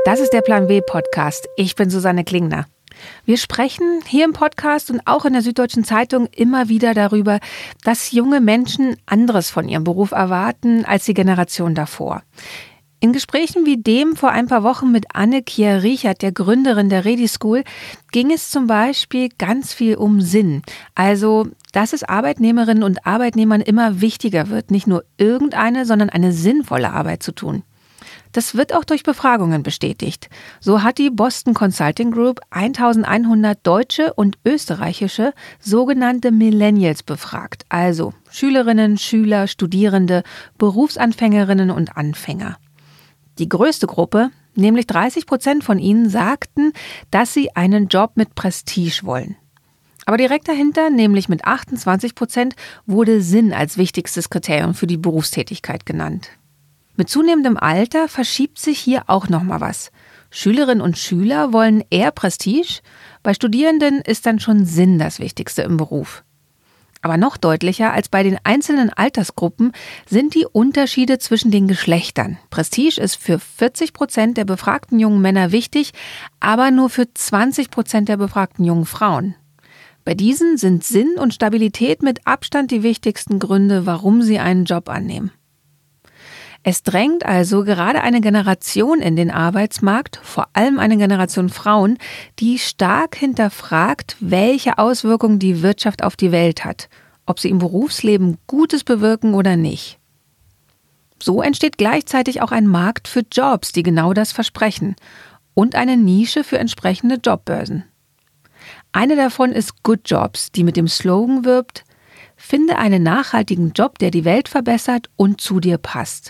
Das ist der Plan W Podcast. Ich bin Susanne Klingner. Wir sprechen hier im Podcast und auch in der Süddeutschen Zeitung immer wieder darüber, dass junge Menschen anderes von ihrem Beruf erwarten als die Generation davor. In Gesprächen wie dem vor ein paar Wochen mit Anne-Kia Riechert, der Gründerin der Ready School, ging es zum Beispiel ganz viel um Sinn. Also, dass es Arbeitnehmerinnen und Arbeitnehmern immer wichtiger wird, nicht nur irgendeine, sondern eine sinnvolle Arbeit zu tun. Das wird auch durch Befragungen bestätigt. So hat die Boston Consulting Group 1100 deutsche und österreichische sogenannte Millennials befragt. Also Schülerinnen, Schüler, Studierende, Berufsanfängerinnen und Anfänger. Die größte Gruppe, nämlich 30% von ihnen, sagten, dass sie einen Job mit Prestige wollen. Aber direkt dahinter, nämlich mit 28%, wurde Sinn als wichtigstes Kriterium für die Berufstätigkeit genannt. Mit zunehmendem Alter verschiebt sich hier auch nochmal was. Schülerinnen und Schüler wollen eher Prestige, bei Studierenden ist dann schon Sinn das Wichtigste im Beruf. Aber noch deutlicher als bei den einzelnen Altersgruppen sind die Unterschiede zwischen den Geschlechtern. Prestige ist für 40% der befragten jungen Männer wichtig, aber nur für 20% der befragten jungen Frauen. Bei diesen sind Sinn und Stabilität mit Abstand die wichtigsten Gründe, warum sie einen Job annehmen. Es drängt also gerade eine Generation in den Arbeitsmarkt, vor allem eine Generation Frauen, die stark hinterfragt, welche Auswirkungen die Wirtschaft auf die Welt hat, ob sie im Berufsleben Gutes bewirken oder nicht. So entsteht gleichzeitig auch ein Markt für Jobs, die genau das versprechen, und eine Nische für entsprechende Jobbörsen. Eine davon ist Good Jobs, die mit dem Slogan wirbt: Finde einen nachhaltigen Job, der die Welt verbessert und zu dir passt.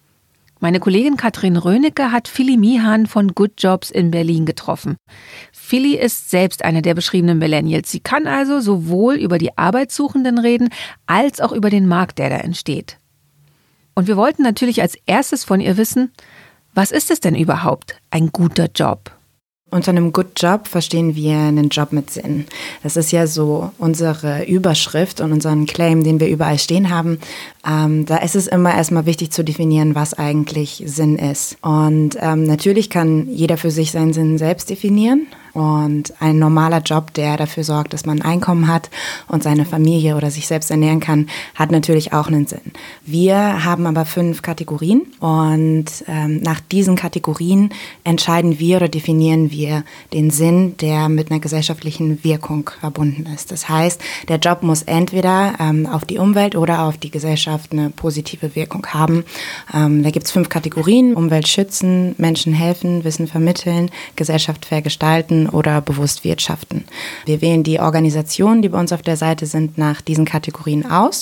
Meine Kollegin Katrin Rönecke hat Philly Mihan von Good Jobs in Berlin getroffen. Philly ist selbst eine der beschriebenen Millennials. Sie kann also sowohl über die Arbeitssuchenden reden, als auch über den Markt, der da entsteht. Und wir wollten natürlich als erstes von ihr wissen, was ist es denn überhaupt, ein guter Job? Unter einem Good Job verstehen wir einen Job mit Sinn. Das ist ja so unsere Überschrift und unseren Claim, den wir überall stehen haben. Da ist es immer erstmal wichtig zu definieren, was eigentlich Sinn ist. Und natürlich kann jeder für sich seinen Sinn selbst definieren. Und ein normaler Job, der dafür sorgt, dass man ein Einkommen hat und seine Familie oder sich selbst ernähren kann, hat natürlich auch einen Sinn. Wir haben aber 5 Kategorien und nach diesen Kategorien entscheiden wir oder definieren wir den Sinn, der mit einer gesellschaftlichen Wirkung verbunden ist. Das heißt, der Job muss entweder auf die Umwelt oder auf die Gesellschaft eine positive Wirkung haben. Da gibt es 5 Kategorien: Umwelt schützen, Menschen helfen, Wissen vermitteln, Gesellschaft vergestalten oder bewusst wirtschaften. Wir wählen die Organisationen, die bei uns auf der Seite sind, nach diesen Kategorien aus.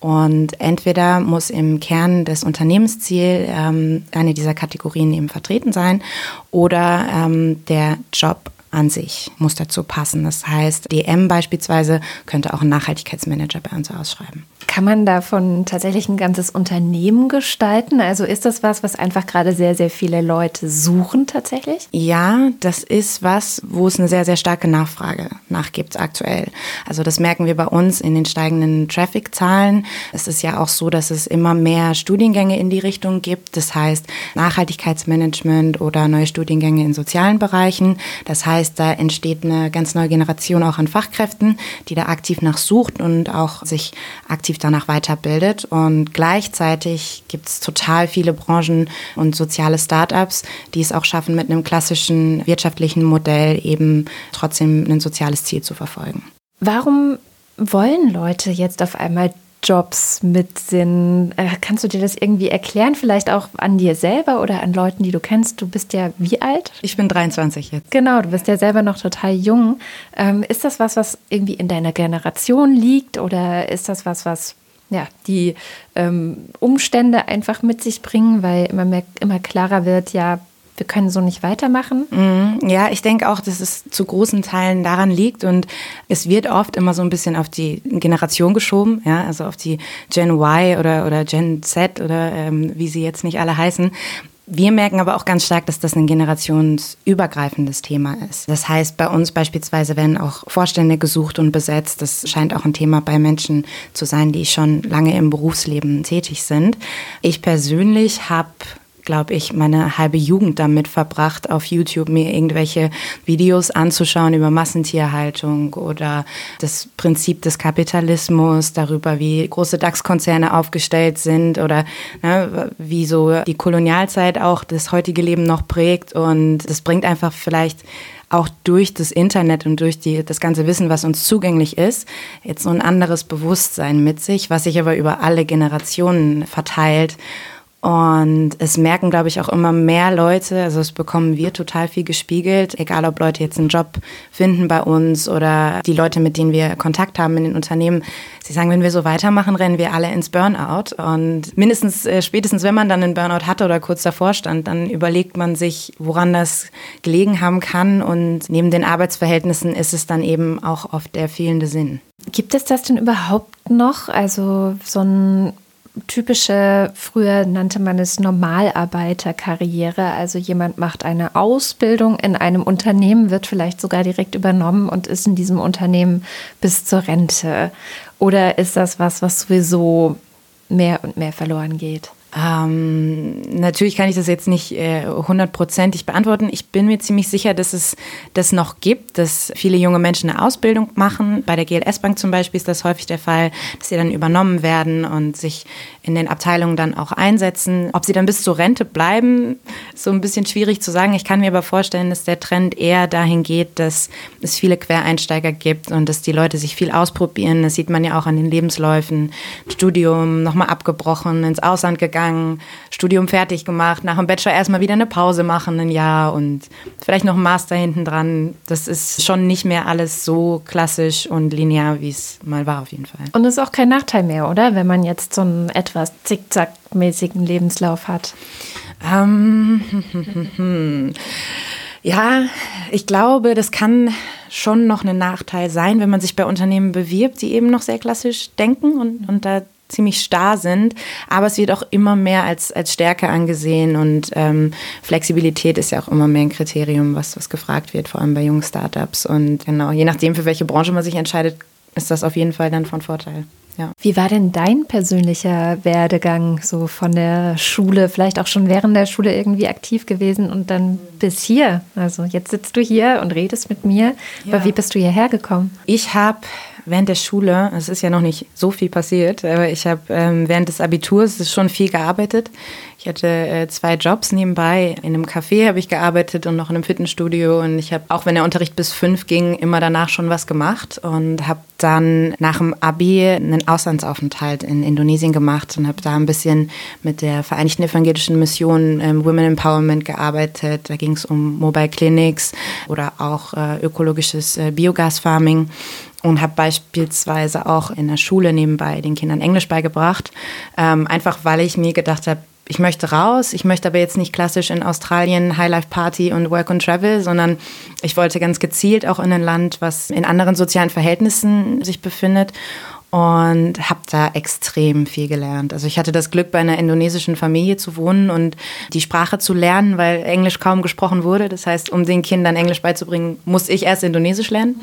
Und entweder muss im Kern des Unternehmensziel eine dieser Kategorien eben vertreten sein oder der Job an sich muss dazu passen. Das heißt, DM beispielsweise könnte auch einen Nachhaltigkeitsmanager bei uns ausschreiben. Kann man davon tatsächlich ein ganzes Unternehmen gestalten? Also ist das was einfach gerade sehr, sehr viele Leute suchen tatsächlich? Ja, das ist was, wo es eine sehr, sehr starke Nachfrage nachgibt aktuell. Also das merken wir bei uns in den steigenden Traffic-Zahlen. Es ist ja auch so, dass es immer mehr Studiengänge in die Richtung gibt. Das heißt Nachhaltigkeitsmanagement oder neue Studiengänge in sozialen Bereichen. Das heißt, da entsteht eine ganz neue Generation auch an Fachkräften, die da aktiv nach sucht und auch sich aktiv danach weiterbildet. Und gleichzeitig gibt es total viele Branchen und soziale Start-ups, die es auch schaffen, mit einem klassischen wirtschaftlichen Modell eben trotzdem ein soziales Ziel zu verfolgen. Warum wollen Leute jetzt auf einmal Jobs mit Sinn? Kannst du dir das irgendwie erklären? Vielleicht auch an dir selber oder an Leuten, die du kennst? Du bist ja wie alt? Ich bin 23 jetzt. Genau, du bist ja selber noch total jung. Ist das was irgendwie in deiner Generation liegt oder ist das was ja, die Umstände einfach mit sich bringen, weil immer klarer wird, ja, wir können so nicht weitermachen? Ja, ich denke auch, dass es zu großen Teilen daran liegt und es wird oft immer so ein bisschen auf die Generation geschoben, ja, also auf die Gen Y oder Gen Z oder wie sie jetzt nicht alle heißen. Wir merken aber auch ganz stark, dass das ein generationsübergreifendes Thema ist. Das heißt, bei uns beispielsweise werden auch Vorstände gesucht und besetzt. Das scheint auch ein Thema bei Menschen zu sein, die schon lange im Berufsleben tätig sind. Ich persönlich habe glaube ich, meine halbe Jugend damit verbracht, auf YouTube mir irgendwelche Videos anzuschauen über Massentierhaltung oder das Prinzip des Kapitalismus, darüber, wie große DAX-Konzerne aufgestellt sind oder wie so die Kolonialzeit auch das heutige Leben noch prägt. Und das bringt einfach vielleicht auch durch das Internet und durch das ganze Wissen, was uns zugänglich ist, jetzt so ein anderes Bewusstsein mit sich, was sich aber über alle Generationen verteilt. Und es merken, glaube ich, auch immer mehr Leute, also es bekommen wir total viel gespiegelt, egal ob Leute jetzt einen Job finden bei uns oder die Leute, mit denen wir Kontakt haben in den Unternehmen. Sie sagen, wenn wir so weitermachen, rennen wir alle ins Burnout. Und spätestens, wenn man dann einen Burnout hatte oder kurz davor stand, dann überlegt man sich, woran das gelegen haben kann. Und neben den Arbeitsverhältnissen ist es dann eben auch oft der fehlende Sinn. Gibt es das denn überhaupt noch? Also so ein typische, früher nannte man es Normalarbeiterkarriere, also jemand macht eine Ausbildung in einem Unternehmen, wird vielleicht sogar direkt übernommen und ist in diesem Unternehmen bis zur Rente. Oder ist das was sowieso mehr und mehr verloren geht? Natürlich kann ich das jetzt nicht 100%ig beantworten. Ich bin mir ziemlich sicher, dass es das noch gibt, dass viele junge Menschen eine Ausbildung machen. Bei der GLS Bank zum Beispiel ist das häufig der Fall, dass sie dann übernommen werden und sich in den Abteilungen dann auch einsetzen. Ob sie dann bis zur Rente bleiben, ist so ein bisschen schwierig zu sagen. Ich kann mir aber vorstellen, dass der Trend eher dahin geht, dass es viele Quereinsteiger gibt und dass die Leute sich viel ausprobieren. Das sieht man ja auch an den Lebensläufen. Studium nochmal abgebrochen, ins Ausland gegangen, Studium fertig gemacht, nach dem Bachelor erstmal wieder eine Pause machen, ein Jahr und vielleicht noch ein Master hinten dran. Das ist schon nicht mehr alles so klassisch und linear, wie es mal war auf jeden Fall. Und es ist auch kein Nachteil mehr, oder? Wenn man jetzt so einen etwas zickzackmäßigen Lebenslauf hat. Ja, ich glaube, das kann schon noch ein Nachteil sein, wenn man sich bei Unternehmen bewirbt, die eben noch sehr klassisch denken und da ziemlich starr sind, aber es wird auch immer mehr als Stärke angesehen und Flexibilität ist ja auch immer mehr ein Kriterium, was gefragt wird, vor allem bei jungen Startups und genau, je nachdem, für welche Branche man sich entscheidet, ist das auf jeden Fall dann von Vorteil. Ja. Wie war denn dein persönlicher Werdegang so von der Schule, vielleicht auch schon während der Schule irgendwie aktiv gewesen und dann bis hier? Also jetzt sitzt du hier und redest mit mir, aber wie bist du hierher gekommen? Ich habe während der Schule, es ist ja noch nicht so viel passiert, aber ich habe während des Abiturs schon viel gearbeitet. Ich hatte 2 Jobs nebenbei. In einem Café habe ich gearbeitet und noch in einem Fitnessstudio. Und ich habe, auch wenn der Unterricht bis 5 ging, immer danach schon was gemacht. Und habe dann nach dem Abi einen Auslandsaufenthalt in Indonesien gemacht und habe da ein bisschen mit der Vereinigten Evangelischen Mission Women Empowerment gearbeitet. Da ging es um Mobile Clinics oder auch ökologisches Biogas-Farming. Und habe beispielsweise auch in der Schule nebenbei den Kindern Englisch beigebracht. Einfach weil ich mir gedacht habe, ich möchte raus, ich möchte aber jetzt nicht klassisch in Australien Highlife-Party und Work and Travel, sondern ich wollte ganz gezielt auch in ein Land, was in anderen sozialen Verhältnissen sich befindet. Und habe da extrem viel gelernt. Also ich hatte das Glück, bei einer indonesischen Familie zu wohnen und die Sprache zu lernen, weil Englisch kaum gesprochen wurde. Das heißt, um den Kindern Englisch beizubringen, musste ich erst Indonesisch lernen.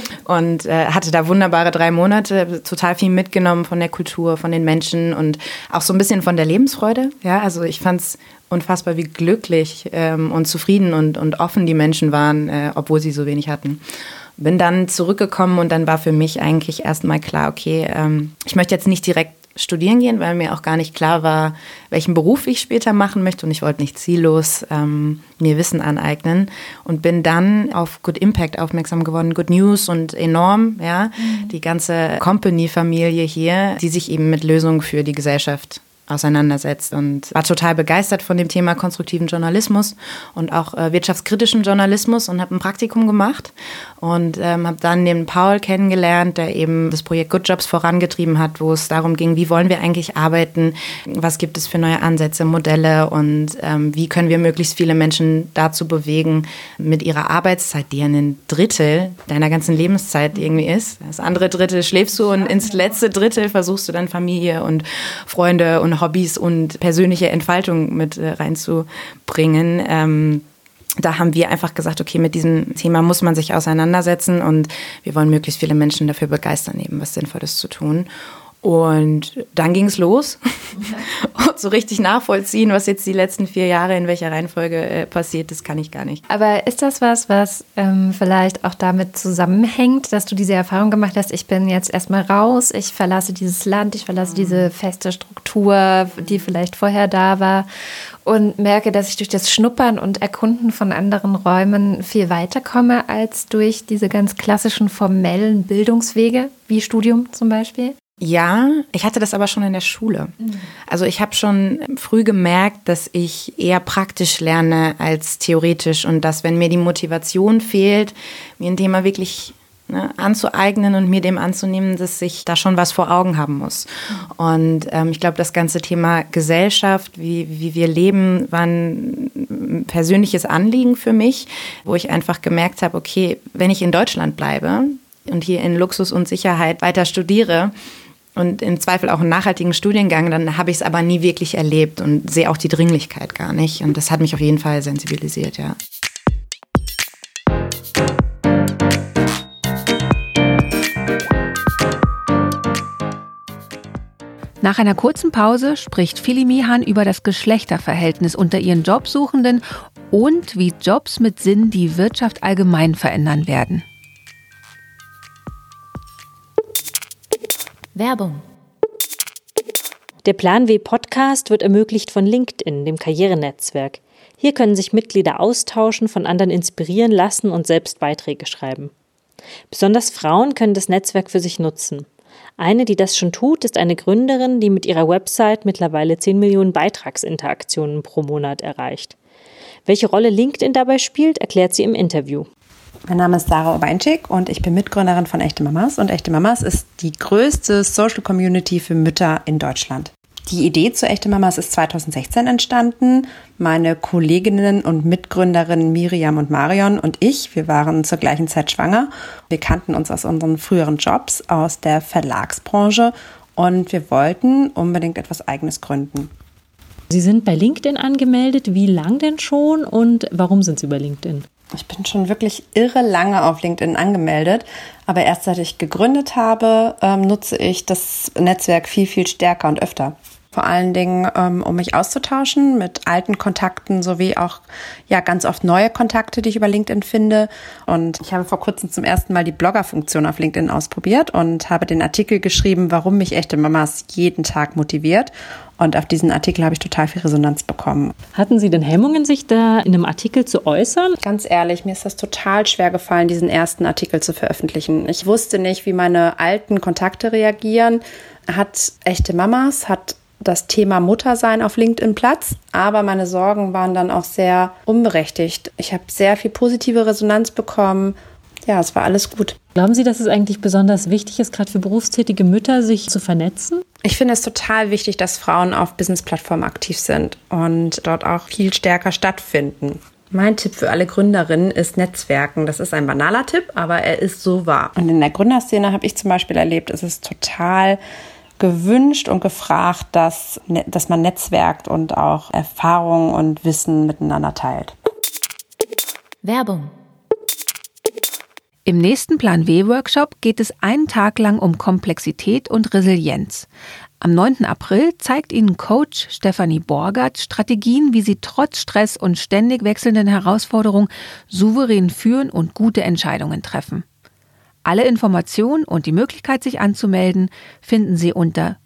Und hatte da wunderbare 3 Monate, total viel mitgenommen von der Kultur, von den Menschen und auch so ein bisschen von der Lebensfreude. Ja, also ich fand es unfassbar, wie glücklich und zufrieden und offen die Menschen waren, obwohl sie so wenig hatten. Bin dann zurückgekommen und dann war für mich eigentlich erstmal klar, okay, ich möchte jetzt nicht direkt studieren gehen, weil mir auch gar nicht klar war, welchen Beruf ich später machen möchte und ich wollte nicht ziellos mir Wissen aneignen und bin dann auf Good Impact aufmerksam geworden, Good News und Enorm, ja, die ganze Company-Familie hier, die sich eben mit Lösungen für die Gesellschaft auseinandersetzt und war total begeistert von dem Thema konstruktiven Journalismus und auch wirtschaftskritischen Journalismus und habe ein Praktikum gemacht und habe dann den Paul kennengelernt, der eben das Projekt Good Jobs vorangetrieben hat, wo es darum ging, wie wollen wir eigentlich arbeiten, was gibt es für neue Ansätze, Modelle und wie können wir möglichst viele Menschen dazu bewegen, mit ihrer Arbeitszeit, die ja ein Drittel deiner ganzen Lebenszeit irgendwie ist, das andere Drittel schläfst du und ins letzte Drittel versuchst du dann Familie und Freunde und Hobbys und persönliche Entfaltung mit reinzubringen. Da haben wir einfach gesagt, okay, mit diesem Thema muss man sich auseinandersetzen und wir wollen möglichst viele Menschen dafür begeistern, eben was Sinnvolles zu tun. Und dann ging es los. Und so richtig nachvollziehen, was jetzt die letzten 4 Jahre in welcher Reihenfolge passiert, das kann ich gar nicht. Aber ist das was vielleicht auch damit zusammenhängt, dass du diese Erfahrung gemacht hast, ich bin jetzt erstmal raus, ich verlasse dieses Land, ich verlasse diese feste Struktur, die vielleicht vorher da war und merke, dass ich durch das Schnuppern und Erkunden von anderen Räumen viel weiterkomme als durch diese ganz klassischen formellen Bildungswege, wie Studium zum Beispiel? Ja, ich hatte das aber schon in der Schule. Also ich habe schon früh gemerkt, dass ich eher praktisch lerne als theoretisch und dass, wenn mir die Motivation fehlt, mir ein Thema wirklich anzueignen und mir dem anzunehmen, dass ich da schon was vor Augen haben muss. Und ich glaube, das ganze Thema Gesellschaft, wie wir leben, war ein persönliches Anliegen für mich, wo ich einfach gemerkt habe, okay, wenn ich in Deutschland bleibe und hier in Luxus und Sicherheit weiter studiere, und im Zweifel auch einen nachhaltigen Studiengang, dann habe ich es aber nie wirklich erlebt und sehe auch die Dringlichkeit gar nicht. Und das hat mich auf jeden Fall sensibilisiert, ja. Nach einer kurzen Pause spricht Fili Mihan über das Geschlechterverhältnis unter ihren Jobsuchenden und wie Jobs mit Sinn die Wirtschaft allgemein verändern werden. Werbung. Der Plan W Podcast wird ermöglicht von LinkedIn, dem Karrierenetzwerk. Hier können sich Mitglieder austauschen, von anderen inspirieren lassen und selbst Beiträge schreiben. Besonders Frauen können das Netzwerk für sich nutzen. Eine, die das schon tut, ist eine Gründerin, die mit ihrer Website mittlerweile 10 Millionen Beitragsinteraktionen pro Monat erreicht. Welche Rolle LinkedIn dabei spielt, erklärt sie im Interview. Mein Name ist Sarah Obeinczyk und ich bin Mitgründerin von Echte Mamas. Und Echte Mamas ist die größte Social Community für Mütter in Deutschland. Die Idee zu Echte Mamas ist 2016 entstanden. Meine Kolleginnen und Mitgründerinnen Miriam und Marion und ich, wir waren zur gleichen Zeit schwanger. Wir kannten uns aus unseren früheren Jobs aus der Verlagsbranche und wir wollten unbedingt etwas Eigenes gründen. Sie sind bei LinkedIn angemeldet. Wie lang denn schon und warum sind Sie bei LinkedIn? Ich bin schon wirklich irre lange auf LinkedIn angemeldet, aber erst seit ich gegründet habe, nutze ich das Netzwerk viel, viel stärker und öfter. Vor allen Dingen, um mich auszutauschen mit alten Kontakten sowie auch ganz oft neue Kontakte, die ich über LinkedIn finde. Und ich habe vor kurzem zum ersten Mal die Blogger-Funktion auf LinkedIn ausprobiert und habe den Artikel geschrieben, warum mich Echte Mamas jeden Tag motiviert. Und auf diesen Artikel habe ich total viel Resonanz bekommen. Hatten Sie denn Hemmungen, sich da in einem Artikel zu äußern? Ganz ehrlich, mir ist das total schwer gefallen, diesen ersten Artikel zu veröffentlichen. Ich wusste nicht, wie meine alten Kontakte reagieren. Hat Echte Mamas, hat das Thema Muttersein auf LinkedIn Platz, aber meine Sorgen waren dann auch sehr unberechtigt. Ich habe sehr viel positive Resonanz bekommen. Ja, es war alles gut. Glauben Sie, dass es eigentlich besonders wichtig ist, gerade für berufstätige Mütter, sich zu vernetzen? Ich finde es total wichtig, dass Frauen auf Business-Plattformen aktiv sind und dort auch viel stärker stattfinden. Mein Tipp für alle Gründerinnen ist Netzwerken. Das ist ein banaler Tipp, aber er ist so wahr. Und in der Gründerszene habe ich zum Beispiel erlebt, es ist total gewünscht und gefragt, dass man netzwerkt und auch Erfahrungen und Wissen miteinander teilt. Werbung. Im nächsten Plan W-Workshop geht es einen Tag lang um Komplexität und Resilienz. Am 9. April zeigt Ihnen Coach Stefanie Borgert Strategien, wie Sie trotz Stress und ständig wechselnden Herausforderungen souverän führen und gute Entscheidungen treffen. Alle Informationen und die Möglichkeit, sich anzumelden, finden Sie unter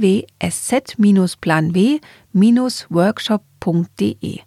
www.sz-plan-w-workshop.de.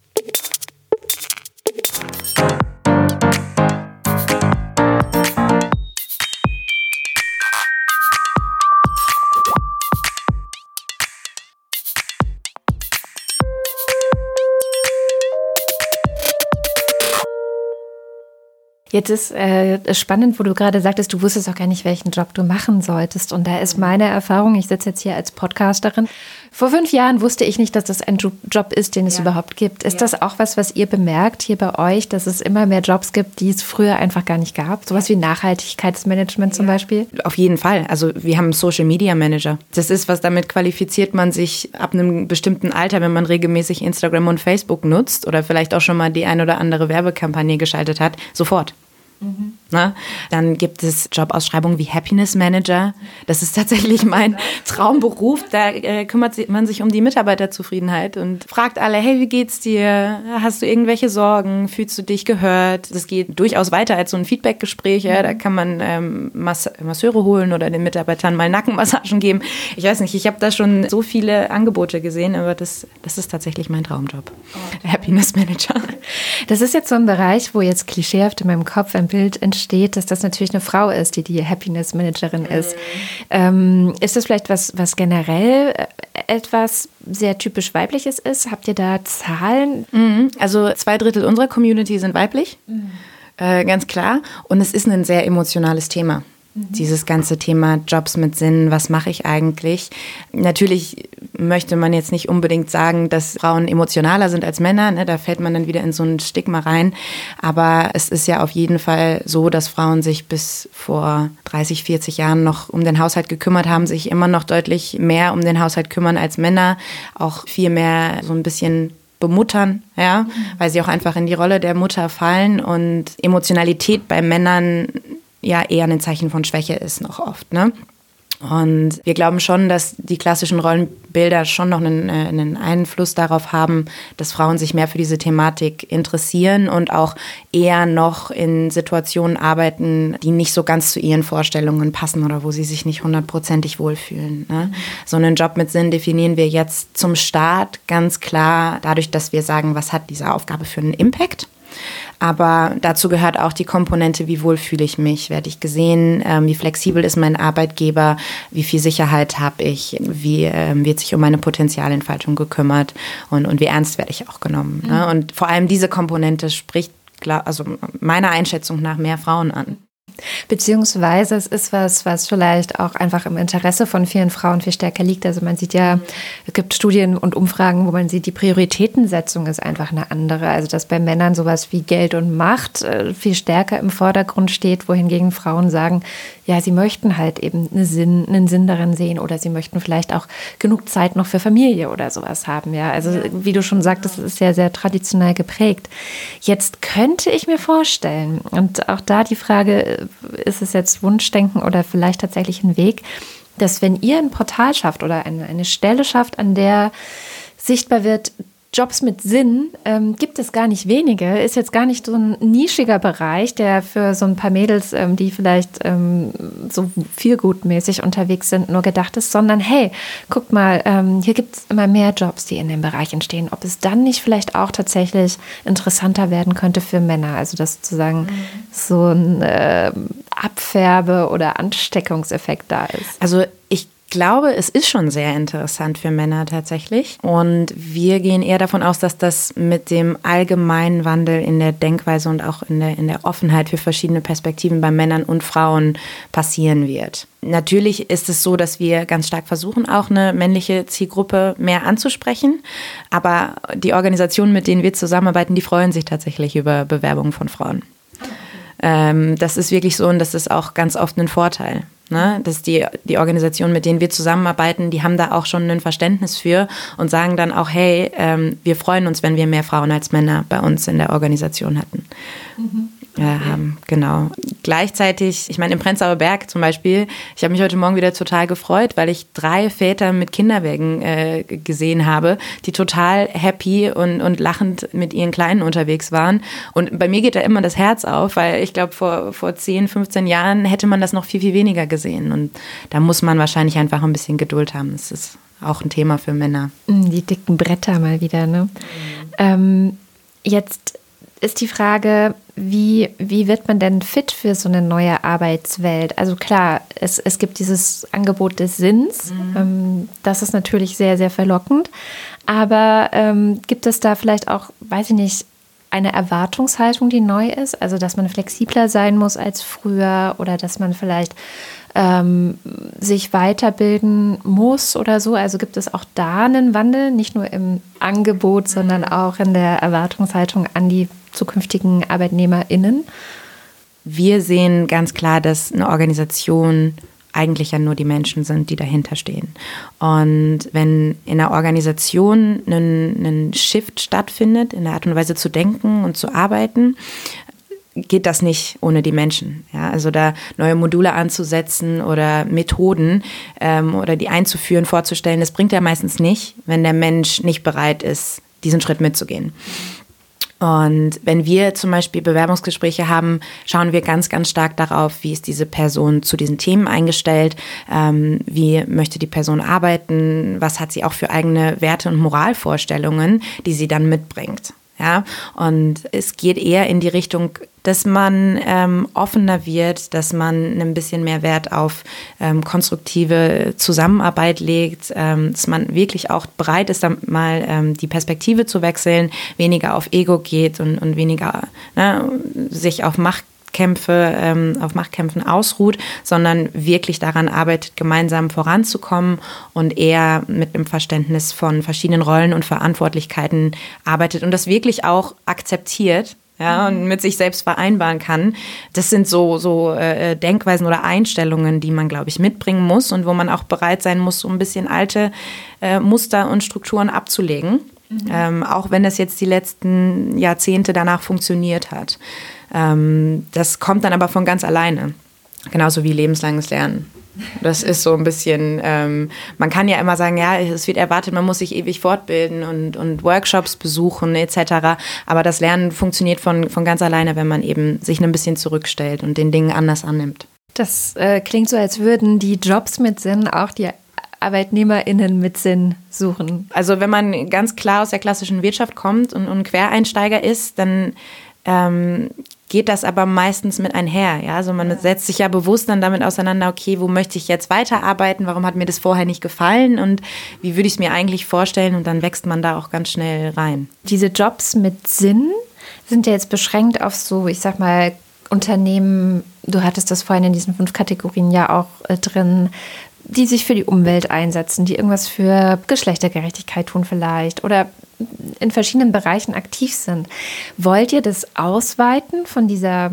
Jetzt ist spannend, wo du gerade sagtest, du wusstest auch gar nicht, welchen Job du machen solltest. Und da ist meine Erfahrung, ich sitze jetzt hier als Podcasterin. Vor 5 Jahren wusste ich nicht, dass das ein Job ist, den es überhaupt gibt. Ist das auch was ihr bemerkt hier bei euch, dass es immer mehr Jobs gibt, die es früher einfach gar nicht gab? Sowas wie Nachhaltigkeitsmanagement zum Beispiel? Auf jeden Fall. Also wir haben einen Social Media Manager. Das ist was, damit qualifiziert man sich ab einem bestimmten Alter, wenn man regelmäßig Instagram und Facebook nutzt oder vielleicht auch schon mal die ein oder andere Werbekampagne geschaltet hat, sofort. Ne? Dann gibt es Jobausschreibungen wie Happiness Manager. Das ist tatsächlich mein Traumberuf. Da kümmert man sich um die Mitarbeiterzufriedenheit und fragt alle, hey, wie geht's dir? Hast du irgendwelche Sorgen? Fühlst du dich gehört? Das geht durchaus weiter als so ein Feedbackgespräch. Ja? Da kann man Masseure holen oder den Mitarbeitern mal Nackenmassagen geben. Ich weiß nicht, ich habe da schon so viele Angebote gesehen, aber das ist tatsächlich mein Traumjob. Happiness Manager. Das ist jetzt so ein Bereich, wo jetzt klischeehaft in meinem Kopf ein Bild entsteht, dass das natürlich eine Frau ist, die Happiness Managerin ist. Ist das vielleicht was generell etwas sehr typisch Weibliches ist? Habt ihr da Zahlen? Also 2/3 unserer Community sind weiblich, ganz klar. Und es ist ein sehr emotionales Thema. Dieses ganze Thema Jobs mit Sinn, was mache ich eigentlich? Natürlich möchte man jetzt nicht unbedingt sagen, dass Frauen emotionaler sind als Männer, ne? Da fällt man dann wieder in so ein Stigma rein. Aber es ist ja auf jeden Fall so, dass Frauen sich bis vor 30, 40 Jahren noch um den Haushalt gekümmert haben, sich immer noch deutlich mehr um den Haushalt kümmern als Männer, auch viel mehr so ein bisschen bemuttern, ja, weil sie auch einfach in die Rolle der Mutter fallen und Emotionalität bei Männern ja eher ein Zeichen von Schwäche ist noch oft, ne? Und wir glauben schon, dass die klassischen Rollenbilder schon noch einen Einfluss darauf haben, dass Frauen sich mehr für diese Thematik interessieren und auch eher noch in Situationen arbeiten, die nicht so ganz zu ihren Vorstellungen passen oder wo sie sich nicht 100%ig wohlfühlen, ne? So einen Job mit Sinn definieren wir jetzt zum Start ganz klar dadurch, dass wir sagen, was hat diese Aufgabe für einen Impact? Aber dazu gehört auch die Komponente, wie wohl fühle ich mich, werde ich gesehen, wie flexibel ist mein Arbeitgeber, wie viel Sicherheit habe ich, wie wird sich um meine Potenzialentfaltung gekümmert und wie ernst werde ich auch genommen. Ne? Und vor allem diese Komponente spricht, also meiner Einschätzung nach, mehr Frauen an. Beziehungsweise es ist was vielleicht auch einfach im Interesse von vielen Frauen viel stärker liegt. Also man sieht ja, es gibt Studien und Umfragen, wo man sieht, die Prioritätensetzung ist einfach eine andere. Also dass bei Männern sowas wie Geld und Macht viel stärker im Vordergrund steht, wohingegen Frauen sagen, ja, sie möchten halt eben einen Sinn darin sehen oder sie möchten vielleicht auch genug Zeit noch für Familie oder sowas haben. Ja, also wie du schon sagtest, es ist sehr, sehr traditionell geprägt. Jetzt könnte ich mir vorstellen, und auch da die Frage, ist es jetzt Wunschdenken oder vielleicht tatsächlich ein Weg, dass wenn ihr ein Portal schafft oder eine Stelle schafft, an der sichtbar wird, Jobs mit Sinn gibt es gar nicht wenige, ist jetzt gar nicht so ein nischiger Bereich, der für so ein paar Mädels, die vielleicht so feelgood-mäßig unterwegs sind, nur gedacht ist, sondern hey, guckt mal, hier gibt es immer mehr Jobs, die in dem Bereich entstehen, ob es dann nicht vielleicht auch tatsächlich interessanter werden könnte für Männer, also dass sozusagen so ein Abfärbe- oder Ansteckungseffekt da ist. Also ich glaube, es ist schon sehr interessant für Männer tatsächlich. Und wir gehen eher davon aus, dass das mit dem allgemeinen Wandel in der Denkweise und auch in der Offenheit für verschiedene Perspektiven bei Männern und Frauen passieren wird. Natürlich ist es so, dass wir ganz stark versuchen, auch eine männliche Zielgruppe mehr anzusprechen. Aber die Organisationen, mit denen wir zusammenarbeiten, die freuen sich tatsächlich über Bewerbungen von Frauen. Das ist wirklich so und das ist auch ganz oft ein Vorteil. Ne? Dass die Organisationen, mit denen wir zusammenarbeiten, die haben da auch schon ein Verständnis für und sagen dann auch, hey, wir freuen uns, wenn wir mehr Frauen als Männer bei uns in der Organisation hätten. Genau. Gleichzeitig, ich meine, im Prenzlauer Berg zum Beispiel, ich habe mich heute Morgen wieder total gefreut, weil ich 3 Väter mit Kinderwägen gesehen habe, die total happy und lachend mit ihren Kleinen unterwegs waren. Und bei mir geht da immer das Herz auf, weil ich glaube, vor 10, 15 Jahren hätte man das noch viel, viel weniger gesehen. Und da muss man wahrscheinlich einfach ein bisschen Geduld haben. Das ist auch ein Thema für Männer. Die dicken Bretter mal wieder, ne? Jetzt ist die Frage, wie wird man denn fit für so eine neue Arbeitswelt? Also klar, es gibt dieses Angebot des Sinns, das ist natürlich sehr, sehr verlockend, aber gibt es da vielleicht auch, weiß ich nicht, eine Erwartungshaltung, die neu ist? Also dass man flexibler sein muss als früher oder dass man vielleicht sich weiterbilden muss oder so? Also gibt es auch da einen Wandel, nicht nur im Angebot, sondern auch in der Erwartungshaltung an die zukünftigen ArbeitnehmerInnen? Wir sehen ganz klar, dass eine Organisation eigentlich ja nur die Menschen sind, die dahinter stehen. Und wenn in einer Organisation ein Shift stattfindet, in der Art und Weise zu denken und zu arbeiten, geht das nicht ohne die Menschen. Ja? Also da neue Module anzusetzen oder Methoden oder die einzuführen, vorzustellen, das bringt ja meistens nicht, wenn der Mensch nicht bereit ist, diesen Schritt mitzugehen. Und wenn wir zum Beispiel Bewerbungsgespräche haben, schauen wir ganz, ganz stark darauf, wie ist diese Person zu diesen Themen eingestellt, wie möchte die Person arbeiten, was hat sie auch für eigene Werte und Moralvorstellungen, die sie dann mitbringt. Ja, und es geht eher in die Richtung, dass man offener wird, dass man ein bisschen mehr Wert auf konstruktive Zusammenarbeit legt, dass man wirklich auch bereit ist, dann mal die Perspektive zu wechseln, weniger auf Ego geht und weniger sich auf Machtkämpfen ausruht, sondern wirklich daran arbeitet, gemeinsam voranzukommen und eher mit dem Verständnis von verschiedenen Rollen und Verantwortlichkeiten arbeitet und das wirklich auch akzeptiert, ja, und mit sich selbst vereinbaren kann. Das sind so Denkweisen oder Einstellungen, die man, glaube ich, mitbringen muss und wo man auch bereit sein muss, so ein bisschen alte Muster und Strukturen abzulegen, auch wenn das jetzt die letzten Jahrzehnte danach funktioniert hat. Das kommt dann aber von ganz alleine, genauso wie lebenslanges Lernen. Das ist so ein bisschen, man kann ja immer sagen, ja, es wird erwartet, man muss sich ewig fortbilden und Workshops besuchen etc. Aber das Lernen funktioniert von ganz alleine, wenn man eben sich ein bisschen zurückstellt und den Dingen anders annimmt. Das klingt so, als würden die Jobs mit Sinn auch die ArbeitnehmerInnen mit Sinn suchen. Also wenn man ganz klar aus der klassischen Wirtschaft kommt und Quereinsteiger ist, dann geht das aber meistens mit einher. Ja? Also man setzt sich ja bewusst dann damit auseinander, okay, wo möchte ich jetzt weiterarbeiten, warum hat mir das vorher nicht gefallen und wie würde ich es mir eigentlich vorstellen und dann wächst man da auch ganz schnell rein. Diese Jobs mit Sinn sind ja jetzt beschränkt auf so, ich sag mal, Unternehmen, du hattest das vorhin in diesen 5 Kategorien ja auch drin, die sich für die Umwelt einsetzen, die irgendwas für Geschlechtergerechtigkeit tun vielleicht oder in verschiedenen Bereichen aktiv sind. Wollt ihr das ausweiten von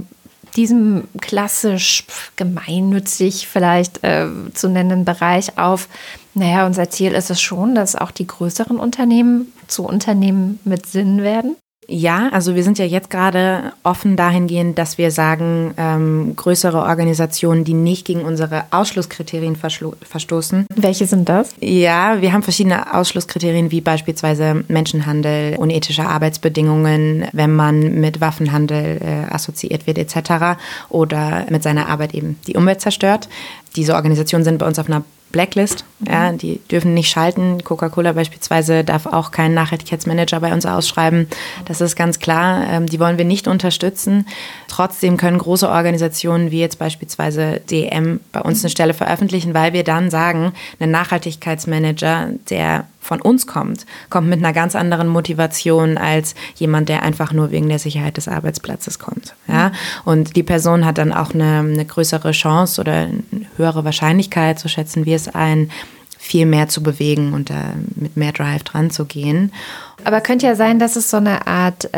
diesem klassisch gemeinnützig vielleicht zu nennenden Bereich auf, unser Ziel ist es schon, dass auch die größeren Unternehmen zu Unternehmen mit Sinn werden? Ja, also wir sind ja jetzt gerade offen dahingehend, dass wir sagen, größere Organisationen, die nicht gegen unsere Ausschlusskriterien verstoßen. Welche sind das? Ja, wir haben verschiedene Ausschlusskriterien, wie beispielsweise Menschenhandel, unethische Arbeitsbedingungen, wenn man mit Waffenhandel assoziiert wird etc. oder mit seiner Arbeit eben die Umwelt zerstört. Diese Organisationen sind bei uns auf einer Blacklist, ja, die dürfen nicht schalten. Coca-Cola beispielsweise darf auch keinen Nachhaltigkeitsmanager bei uns ausschreiben. Das ist ganz klar, die wollen wir nicht unterstützen. Trotzdem können große Organisationen wie jetzt beispielsweise DM bei uns eine Stelle veröffentlichen, weil wir dann sagen, ein Nachhaltigkeitsmanager, der von uns kommt mit einer ganz anderen Motivation als jemand, der einfach nur wegen der Sicherheit des Arbeitsplatzes kommt. Ja? Und die Person hat dann auch eine größere Chance oder eine höhere Wahrscheinlichkeit, so schätzen wir es ein, viel mehr zu bewegen und mit mehr Drive dran zu gehen. Aber könnte ja sein, dass es so eine Art,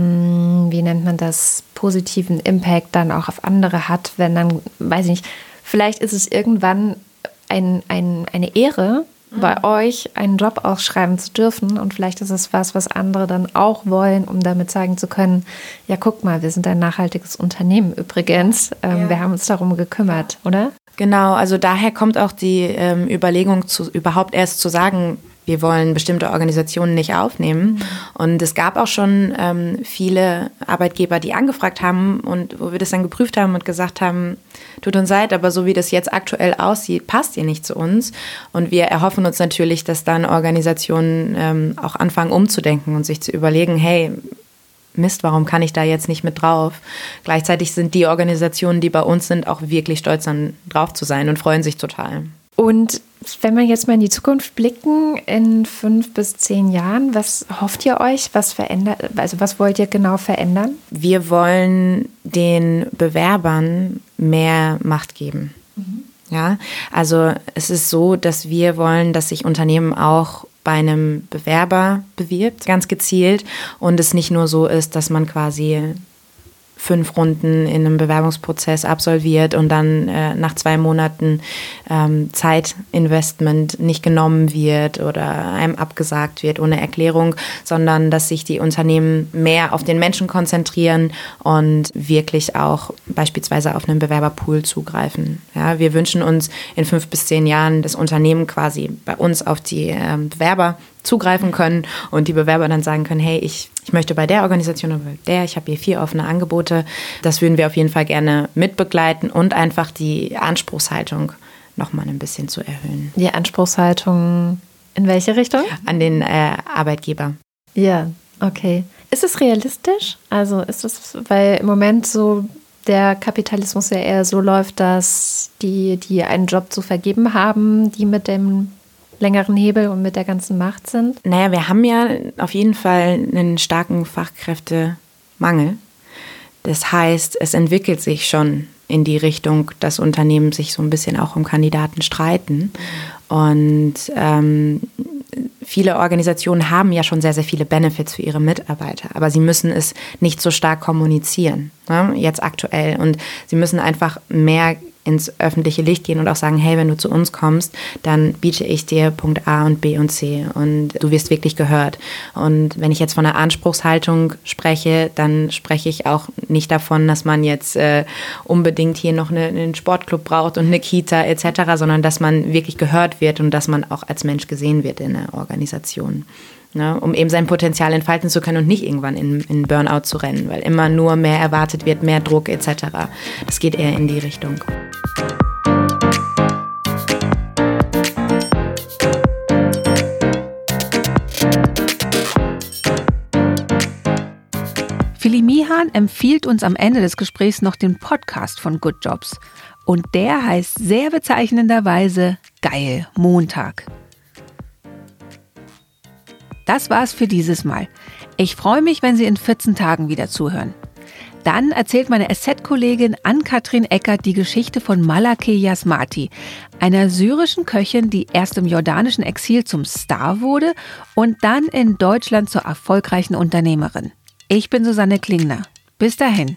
wie nennt man das, positiven Impact dann auch auf andere hat, wenn dann, weiß ich nicht, vielleicht ist es irgendwann eine Ehre, bei euch einen Job ausschreiben zu dürfen und vielleicht ist es was andere dann auch wollen, um damit zeigen zu können, ja guck mal, wir sind ein nachhaltiges Unternehmen übrigens, wir haben uns darum gekümmert, oder? Genau, also daher kommt auch die Überlegung, überhaupt erst zu sagen, wir wollen bestimmte Organisationen nicht aufnehmen. Und es gab auch schon viele Arbeitgeber, die angefragt haben und wo wir das dann geprüft haben und gesagt haben, tut uns leid, aber so wie das jetzt aktuell aussieht, passt ihr nicht zu uns. Und wir erhoffen uns natürlich, dass dann Organisationen auch anfangen umzudenken und sich zu überlegen, hey, Mist, warum kann ich da jetzt nicht mit drauf? Gleichzeitig sind die Organisationen, die bei uns sind, auch wirklich stolz dann drauf zu sein und freuen sich total. Und wenn wir jetzt mal in die Zukunft blicken, in 5 bis 10 Jahren, was hofft ihr euch, was wollt ihr genau verändern? Wir wollen den Bewerbern mehr Macht geben. Ja, also es ist so, dass wir wollen, dass sich Unternehmen auch bei einem Bewerber bewirbt, ganz gezielt, und es nicht nur so ist, dass man quasi 5 Runden in einem Bewerbungsprozess absolviert und dann nach 2 Monaten Zeitinvestment nicht genommen wird oder einem abgesagt wird ohne Erklärung, sondern dass sich die Unternehmen mehr auf den Menschen konzentrieren und wirklich auch beispielsweise auf einen Bewerberpool zugreifen. Ja, wir wünschen uns in 5 bis 10 Jahren, dass Unternehmen quasi bei uns auf die Bewerber zugreifen können und die Bewerber dann sagen können, hey, ich möchte bei der Organisation oder bei der, ich habe hier 4 offene Angebote. Das würden wir auf jeden Fall gerne mitbegleiten und einfach die Anspruchshaltung nochmal ein bisschen zu erhöhen. Die Anspruchshaltung in welche Richtung? An den Arbeitgeber. Ja, okay. Ist es realistisch? Also ist es, weil im Moment so der Kapitalismus ja eher so läuft, dass die einen Job zu vergeben haben, die mit dem längeren Hebel und mit der ganzen Macht sind? Naja, wir haben ja auf jeden Fall einen starken Fachkräftemangel. Das heißt, es entwickelt sich schon in die Richtung, dass Unternehmen sich so ein bisschen auch um Kandidaten streiten. Und viele Organisationen haben ja schon sehr, sehr viele Benefits für ihre Mitarbeiter, aber sie müssen es nicht so stark kommunizieren, ne, jetzt aktuell. Und sie müssen einfach mehr ins öffentliche Licht gehen und auch sagen, hey, wenn du zu uns kommst, dann biete ich dir Punkt A und B und C und du wirst wirklich gehört. Und wenn ich jetzt von einer Anspruchshaltung spreche, dann spreche ich auch nicht davon, dass man jetzt unbedingt hier noch einen Sportclub braucht und eine Kita etc., sondern dass man wirklich gehört wird und dass man auch als Mensch gesehen wird in der Organisation. Ne, um eben sein Potenzial entfalten zu können und nicht irgendwann in Burnout zu rennen, weil immer nur mehr erwartet wird, mehr Druck etc. Das geht eher in die Richtung. Philly Mihan empfiehlt uns am Ende des Gesprächs noch den Podcast von Good Jobs. Und der heißt sehr bezeichnenderweise Geil Montag. Das war's für dieses Mal. Ich freue mich, wenn Sie in 14 Tagen wieder zuhören. Dann erzählt meine SZ-Kollegin Ann-Kathrin Eckert die Geschichte von Malakeh Yasmati, einer syrischen Köchin, die erst im jordanischen Exil zum Star wurde und dann in Deutschland zur erfolgreichen Unternehmerin. Ich bin Susanne Klingner. Bis dahin.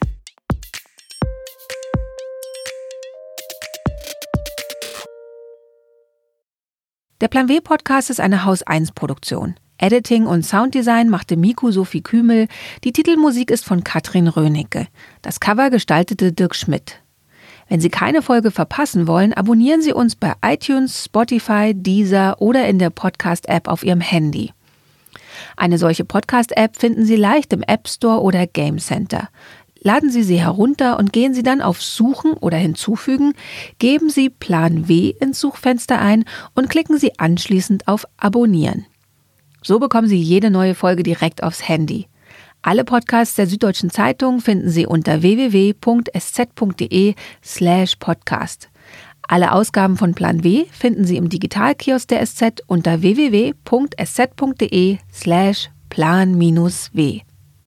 Der Plan W Podcast ist eine Haus 1 Produktion. Editing und Sounddesign machte Miku Sophie Kümel. Die Titelmusik ist von Katrin Rönecke. Das Cover gestaltete Dirk Schmidt. Wenn Sie keine Folge verpassen wollen, abonnieren Sie uns bei iTunes, Spotify, Deezer oder in der Podcast-App auf Ihrem Handy. Eine solche Podcast-App finden Sie leicht im App Store oder Game Center. Laden Sie sie herunter und gehen Sie dann auf Suchen oder Hinzufügen, geben Sie Plan W ins Suchfenster ein und klicken Sie anschließend auf Abonnieren. So bekommen Sie jede neue Folge direkt aufs Handy. Alle Podcasts der Süddeutschen Zeitung finden Sie unter www.sz.de/podcast. Alle Ausgaben von Plan W finden Sie im Digitalkiosk der SZ unter www.sz.de/plan-w.